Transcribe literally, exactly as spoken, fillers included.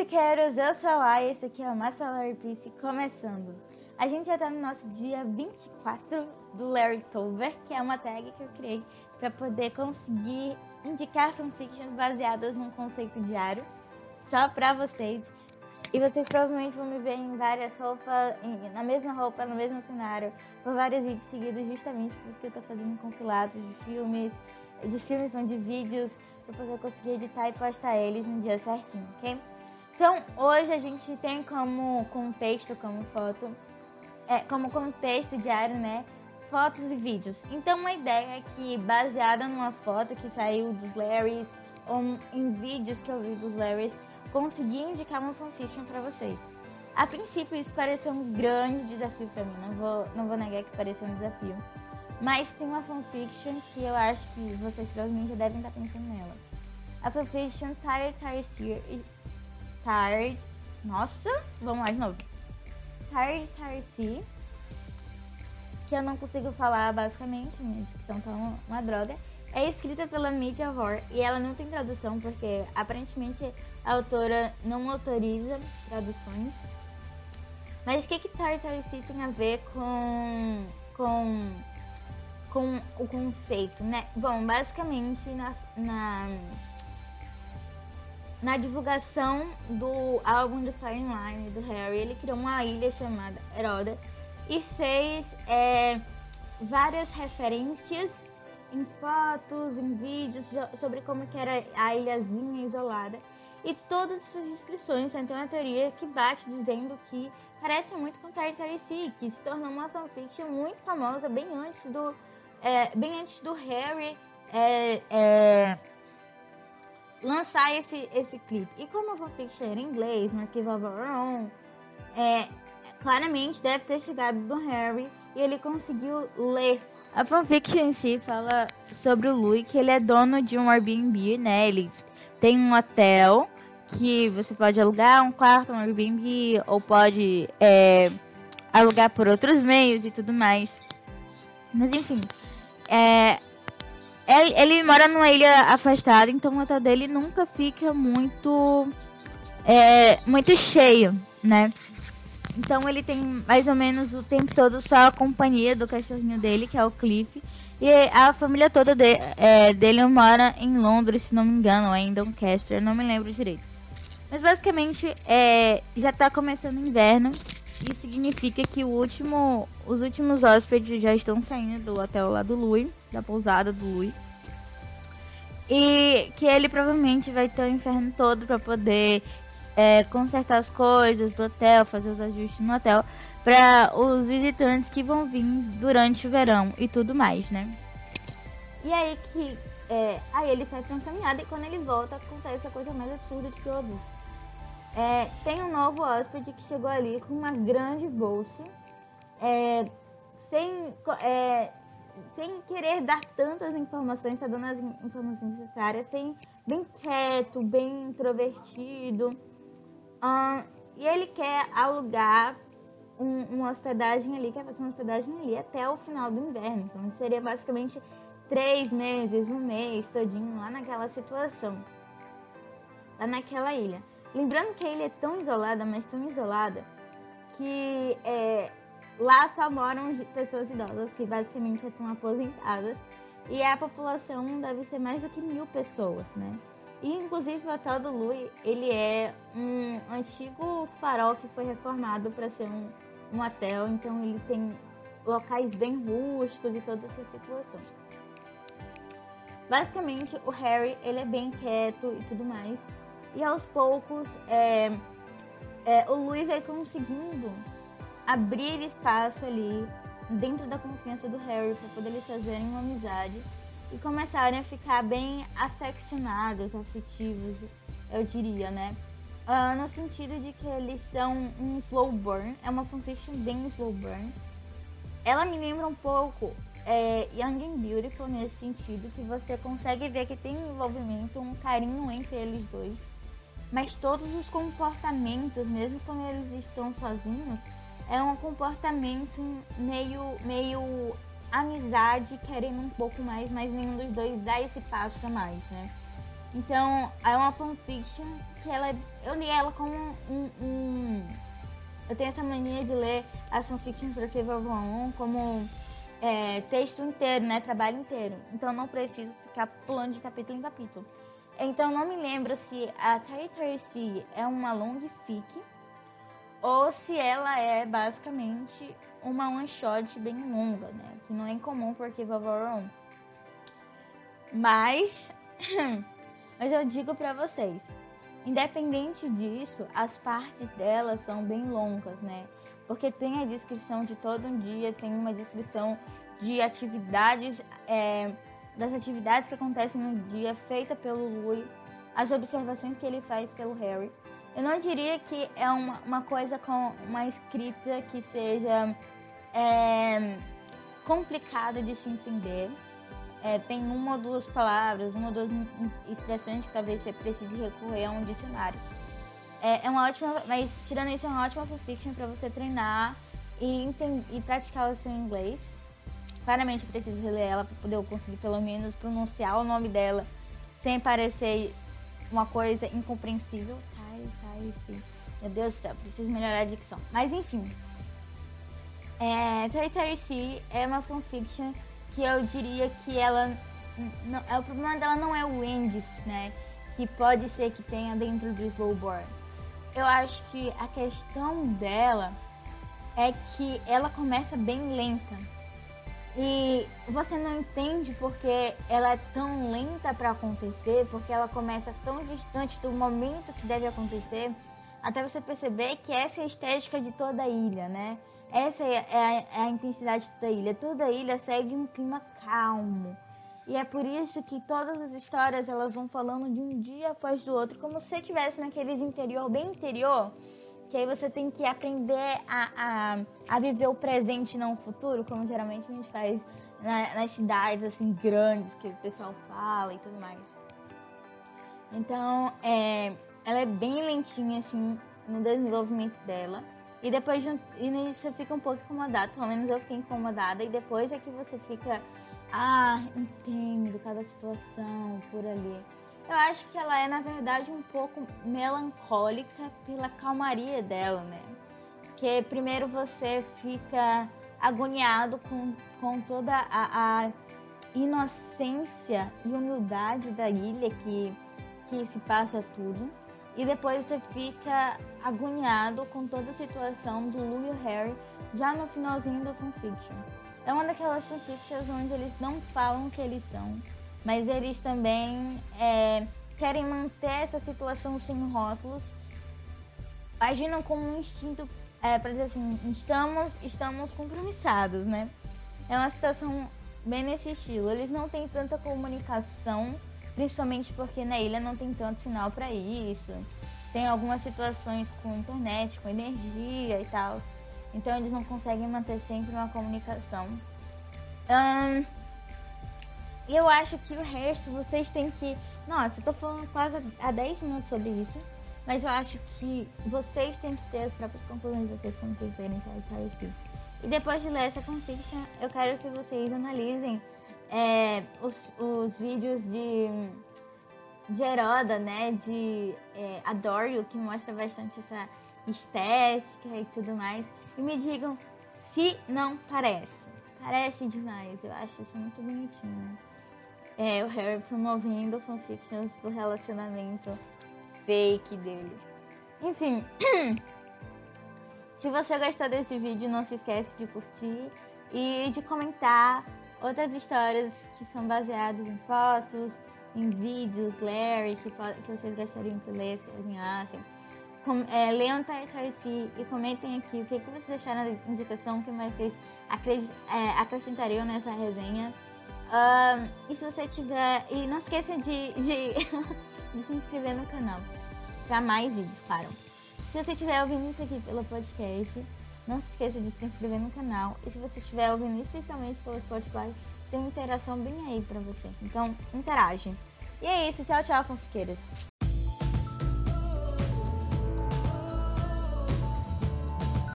fanfiqueiros, eu sou a Lai e esse aqui é o Master Larry Piece começando. A gente já tá no nosso dia vinte e quatro do Larrytober, que é uma tag que eu criei para poder conseguir indicar fanfictions baseadas num conceito diário, só pra vocês. E vocês provavelmente vão me ver em várias roupas, em, na mesma roupa, no mesmo cenário, por vários vídeos seguidos, justamente porque eu tô fazendo compilados de filmes, de filmes ou de vídeos, pra poder conseguir editar e postar eles no dia certinho, ok? Então, hoje a gente tem como contexto, como foto, é, como contexto diário, né, fotos e vídeos. Então, uma ideia é que, baseada numa foto que saiu dos Larrys, ou em vídeos que eu vi dos Larrys, consegui indicar uma fanfiction pra vocês. A princípio, isso pareceu um grande desafio pra mim, não vou, não vou negar que pareceu um desafio. Mas tem uma fanfiction que eu acho que vocês provavelmente já devem estar pensando nela. A fanfiction Tired, Tired, Tired... Tired... Nossa, vamos lá de novo. Tired, Tired Sea, que eu não consigo falar basicamente, minha descrição tá uma, uma droga. É escrita pela Media Horror e ela não tem tradução porque aparentemente a autora não autoriza traduções. Mas o que que Tired, Tired Sea tem a ver com... com... com o conceito, né? Bom, basicamente na, na, na divulgação do álbum do Fire Line do Harry, ele criou uma ilha chamada Heroda e fez é, várias referências em fotos, em vídeos sobre como que era a ilhazinha isolada. E todas essas descrições tem uma teoria que bate dizendo que parece muito com Tired, Tired Sea, que se tornou uma fanfiction muito famosa bem antes do É, bem antes do Harry é, é, lançar esse, esse clipe. E como a fanfiction era em inglês, no Arquivo of Our Own, é, claramente deve ter chegado do Harry e ele conseguiu ler. A fanfiction em si fala sobre o Louis, que ele é dono de um Airbnb, né? Ele tem um hotel que você pode alugar um quarto, um Airbnb, ou pode é, alugar por outros meios e tudo mais. Mas enfim... É, ele mora numa ilha afastada, então o hotel dele nunca fica muito, é, muito cheio, né? Então ele tem mais ou menos o tempo todo só a companhia do cachorrinho dele, que é o Cliff. E a família toda de, é, dele mora em Londres, se não me engano, ou em Doncaster, não me lembro direito. Mas basicamente é, já tá começando o inverno. Isso significa que o último, os últimos hóspedes já estão saindo do hotel lá do Louis, da pousada do Louis. E que ele provavelmente vai ter o inferno todo para poder é, consertar as coisas do hotel, fazer os ajustes no hotel, para os visitantes que vão vir durante o verão e tudo mais, né? E aí que é, aí ele sai pra uma caminhada e quando ele volta acontece a coisa mais absurda de todas. É, tem um novo hóspede que chegou ali com uma grande bolsa, é, sem, é, sem querer dar tantas informações, tá dando as informações necessárias, sem, bem quieto, bem introvertido. Hum, e ele quer alugar um, uma hospedagem ali, quer fazer uma hospedagem ali até o final do inverno. Então seria basicamente três meses, um mês todinho lá naquela situação, lá naquela ilha. Lembrando que a ilha é tão isolada, mas tão isolada, que é, lá só moram pessoas idosas, que basicamente já estão aposentadas, e a população deve ser mais do que mil pessoas, né? E, inclusive, o Hotel do Louis, ele é um antigo farol que foi reformado para ser um, um hotel, então ele tem locais bem rústicos e toda essa situação. Basicamente, o Harry, ele é bem quieto e tudo mais. E aos poucos, é, é, o Louis vai conseguindo abrir espaço ali dentro da confiança do Harry para poder eles fazerem uma amizade e começarem a ficar bem afeccionados, afetivos, eu diria, né? Uh, no sentido de que eles são um slow burn, é uma fanfiction bem slow burn. Ela me lembra um pouco é, Young and Beautiful nesse sentido, que você consegue ver que tem um envolvimento, um carinho entre eles dois. Mas todos os comportamentos, mesmo quando eles estão sozinhos, é um comportamento meio, meio amizade, querendo um pouco mais, mas nenhum dos dois dá esse passo a mais, né? Então, é uma fanfiction que ela, eu li ela como um, um... Eu tenho essa mania de ler as fanfictions do Arquivo um como é, texto inteiro, né? Trabalho inteiro. Então, não preciso ficar pulando de capítulo em capítulo. Então, não me lembro se a Territory Sea é uma long fic ou se ela é basicamente uma one shot bem longa, né? Que não é incomum por Arquivo um. Mas, mas eu digo pra vocês, independente disso, as partes dela são bem longas, né? Porque tem a descrição de todo um dia, tem uma descrição de atividades, é, das atividades que acontecem no dia, feita pelo Louis, as observações que ele faz pelo Harry. Eu não diria que é uma, uma coisa com uma escrita que seja é, complicada de se entender. É, tem uma ou duas palavras, uma ou duas expressões que talvez você precise recorrer a um dicionário. É, é uma ótima, mas tirando isso, é uma ótima fanfiction para você treinar e, entender, e praticar o seu inglês. Claramente eu preciso reler ela para poder eu conseguir pelo menos pronunciar o nome dela sem parecer uma coisa incompreensível. Tá, tá, sim. Meu Deus do céu, preciso melhorar a dicção. Mas enfim, é, Territory Sea é uma fanfiction que eu diria que ela, não, o problema dela não é o Angst, né, que pode ser que tenha dentro do Slowborn. Eu acho que a questão dela é que ela começa bem lenta e você não entende porque ela é tão lenta para acontecer, porque ela começa tão distante do momento que deve acontecer, até você perceber que essa é a estética de toda a ilha, né? Essa é a, é a intensidade da ilha. Toda a ilha segue um clima calmo. E é por isso que todas as histórias elas vão falando de um dia após do outro, como se você estivesse naqueles interior, bem interior, que aí você tem que aprender a, a, a viver o presente e não o futuro, como geralmente a gente faz na, nas cidades assim grandes, que o pessoal fala e tudo mais. Então, é, ela é bem lentinha assim no desenvolvimento dela. E depois de um, e você fica um pouco incomodado, pelo menos eu fiquei incomodada, e depois é que você fica, ah, entendo cada situação por ali. Eu acho que ela é, na verdade, um pouco melancólica pela calmaria dela, né? Porque primeiro você fica agoniado com, com toda a, a inocência e humildade da ilha que, que se passa tudo. E depois você fica agoniado com toda a situação do Lou e o Harry já no finalzinho da fanfiction. É uma daquelas fanfictions onde eles não falam o que eles são, mas eles também é, querem manter essa situação sem rótulos, agindo como um instinto, é, para dizer assim, estamos, estamos compromissados, né? É uma situação bem nesse estilo. Eles não têm tanta comunicação, principalmente porque na ilha não tem tanto sinal para isso. Tem algumas situações com internet, com energia e tal. Então eles não conseguem manter sempre uma comunicação. Um, eu acho que o resto vocês têm que... Nossa, eu tô falando quase há dez minutos sobre isso. Mas eu acho que vocês têm que ter as próprias conclusões de vocês quando vocês lerem Territory Sea. E depois de ler essa fanfiction, eu quero que vocês analisem É, os, os vídeos de, de Heroda, né, de é, Adorio, que mostra bastante essa estética e tudo mais, e me digam se não parece. Parece demais, eu acho isso muito bonitinho. É, o Harry promovendo fanfictions do relacionamento fake dele. Enfim, se você gostou desse vídeo, não se esquece de curtir e de comentar outras histórias que são baseadas em fotos, em vídeos, Larry, que, que vocês gostariam que eu lesse, resenhassem. Com, é, leiam Territory Sea e comentem aqui o que, que vocês acharam da indicação, o que mais vocês acredit, é, acrescentariam nessa resenha. Um, e se você tiver... E não esqueça de, de, de se inscrever no canal para mais vídeos, claro. Se você estiver ouvindo isso aqui pelo podcast, não se esqueça de se inscrever no canal. E se você estiver ouvindo especialmente pelo Spotify, tem uma interação bem aí pra você. Então, interage. E é isso. Tchau, tchau, fanfiqueiras.